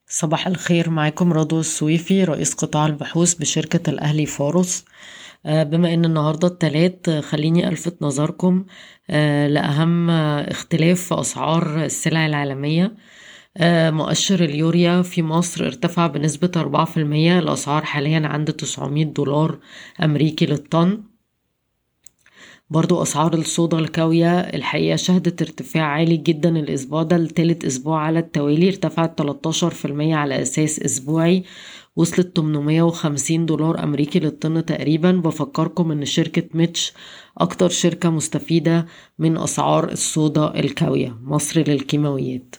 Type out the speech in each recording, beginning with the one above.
صباح الخير، معاكم رضوى السويفي رئيس قطاع البحوث بشركة الأهلي فارس. بما أن النهاردة التلات، خليني ألفت نظركم لأهم اختلاف في أسعار السلع العالمية. مؤشر اليوريا في مصر ارتفع بنسبة 4%. الأسعار حاليا عند $900 أمريكي للطن. برضو أسعار الصودا الكاوية الحقيقة شهدت ارتفاع عالي جدا الأسبوع ده، لتالت أسبوع على التوالي ارتفعت 13% على أساس أسبوعي، وصلت $850 أمريكي للطن تقريبا. بفكركم إن شركة ميتش أكتر شركة مستفيدة من أسعار الصودا الكاوية، مصر للكيماويات.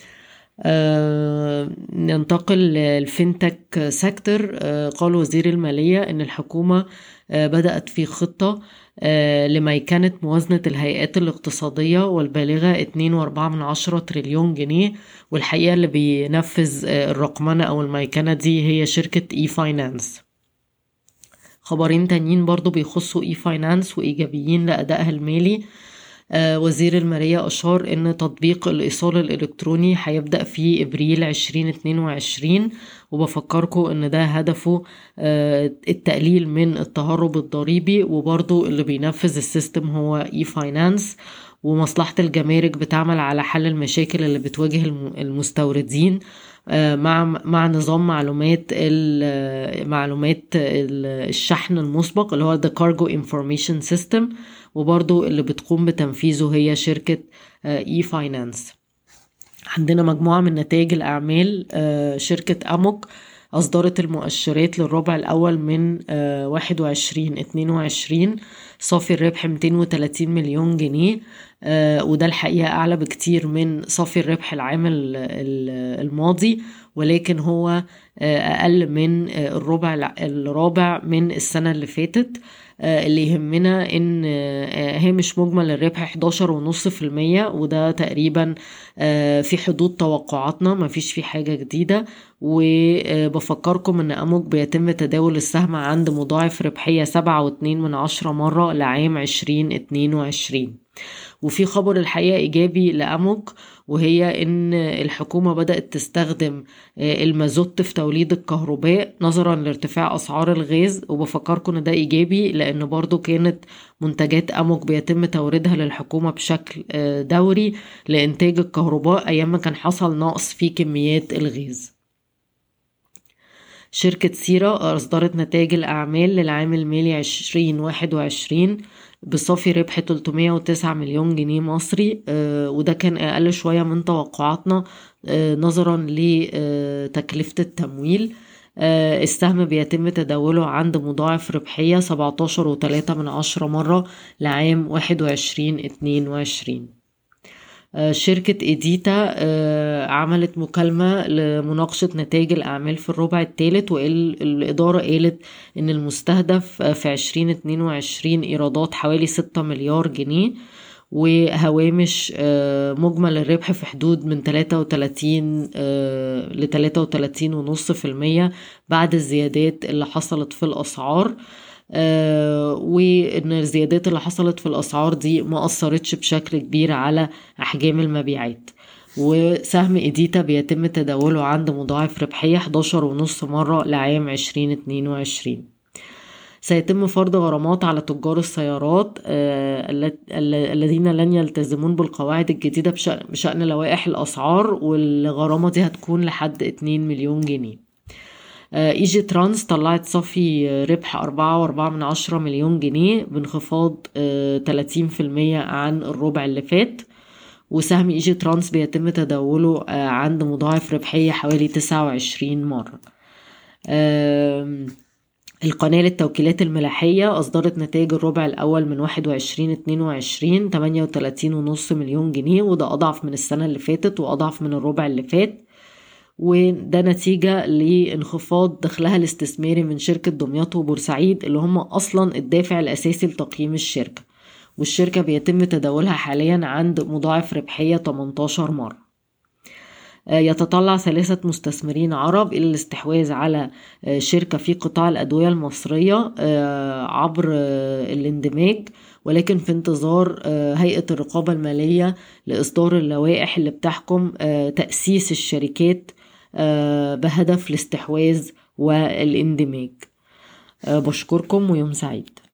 ننتقل للفينتك سيكتور. قال وزير المالية إن الحكومة بدأت في خطة لميكنة موازنة الهيئات الاقتصادية والبالغة 2.4 تريليون جنيه. والحقيقة اللي بينفذ الرقمنة أو الميكنة دي هي شركة اي فاينانس. خبرين تانيين برضو بيخصوا اي فاينانس وإيجابيين لأدائها المالي. وزير المالية أشار إن تطبيق الإيصال الإلكتروني هيبدأ في إبريل 2022، وبفكركم إن ده هدفه التقليل من التهرب الضريبي، وبرضو اللي بينفذ السيستم هو اي فاينانس. ومصلحة الجمارك بتعمل على حل المشاكل اللي بتواجه المستوردين مع نظام معلومات الشحن المسبق اللي هو The Cargo Information System، وبرضو اللي بتقوم بتنفيذه هي شركة اي فاينانس. عندنا مجموعة من نتائج الأعمال. شركة أموك أصدرت المؤشرات للربع الأول من 21-22. صافي الربح 230 مليون جنيه، وده الحقيقة أعلى بكتير من صافي الربح العام الماضي، ولكن هو أقل من الرابع من السنة اللي فاتت. اللي يهمنا ان هامش مجمل الربح 11.5%، وده تقريبا في حدود توقعاتنا، ما فيش فيه حاجة جديدة. وبفكركم ان اموك بيتم تداول السهم عند مضاعف ربحية 7.2 مرة لعام 2022. وفي خبر الحقيقة إيجابي لأموك، وهي إن الحكومة بدأت تستخدم المازوت في توليد الكهرباء نظرا لارتفاع أسعار الغاز. وبفكركم إن ده إيجابي لأن برضو كانت منتجات أموك بيتم توريدها للحكومة بشكل دوري لإنتاج الكهرباء أيام ما كان حصل نقص في كميات الغاز. شركة سيرة أصدرت نتائج الأعمال للعام المالي 2021 بصافي ربح 309 مليون جنيه مصري، وده كان أقل شوية من توقعاتنا نظرا لتكلفة التمويل. السهم بيتم تداوله عند مضاعف ربحية 17.3 مرة لعام 21-22. شركة إيديتا عملت مكالمة لمناقشة نتائج الأعمال في الربع الثالث، والإدارة قالت إن المستهدف في 2022 إيرادات حوالي 6 مليار جنيه، وهوامش مجمل الربح في حدود من 33 ل 33.5% بعد الزيادات اللي حصلت في الأسعار. وإن الزيادات اللي حصلت في الأسعار دي ما أثرتش بشكل كبير على أحجام المبيعات. وسهم إيديتا بيتم تداوله عند مضاعف ربحية 11.5 مرة لعام 2022. سيتم فرض غرامات على تجار السيارات الذين لن يلتزمون بالقواعد الجديدة بشأن لوائح الأسعار، والغرامة دي هتكون لحد 2 مليون جنيه. ايجي ترانس طلعت صافي ربح 4.4 مليون جنيه بانخفاض 30% عن الربع اللي فات. وسهم ايجي ترانس بيتم تداوله عند مضاعف ربحية حوالي 29 مرة. القناة للتوكيلات الملاحية أصدرت نتائج الربع الأول من 21-22 38.5 مليون جنيه، وده أضعف من السنة اللي فاتت وأضعف من الربع اللي فات، وده نتيجة لانخفاض دخلها الاستثماري من شركة دمياط وبورسعيد اللي هم أصلا الدافع الأساسي لتقييم الشركة. والشركة بيتم تداولها حاليا عند مضاعف ربحية 18 مرة. يتطلع 3 مستثمرين عرب إلى الاستحواذ على شركة في قطاع الأدوية المصرية عبر الاندماج، ولكن في انتظار هيئة الرقابة المالية لإصدار اللوائح اللي بتحكم تأسيس الشركات بهدف الاستحواذ والاندماج. بشكركم ويوم سعيد.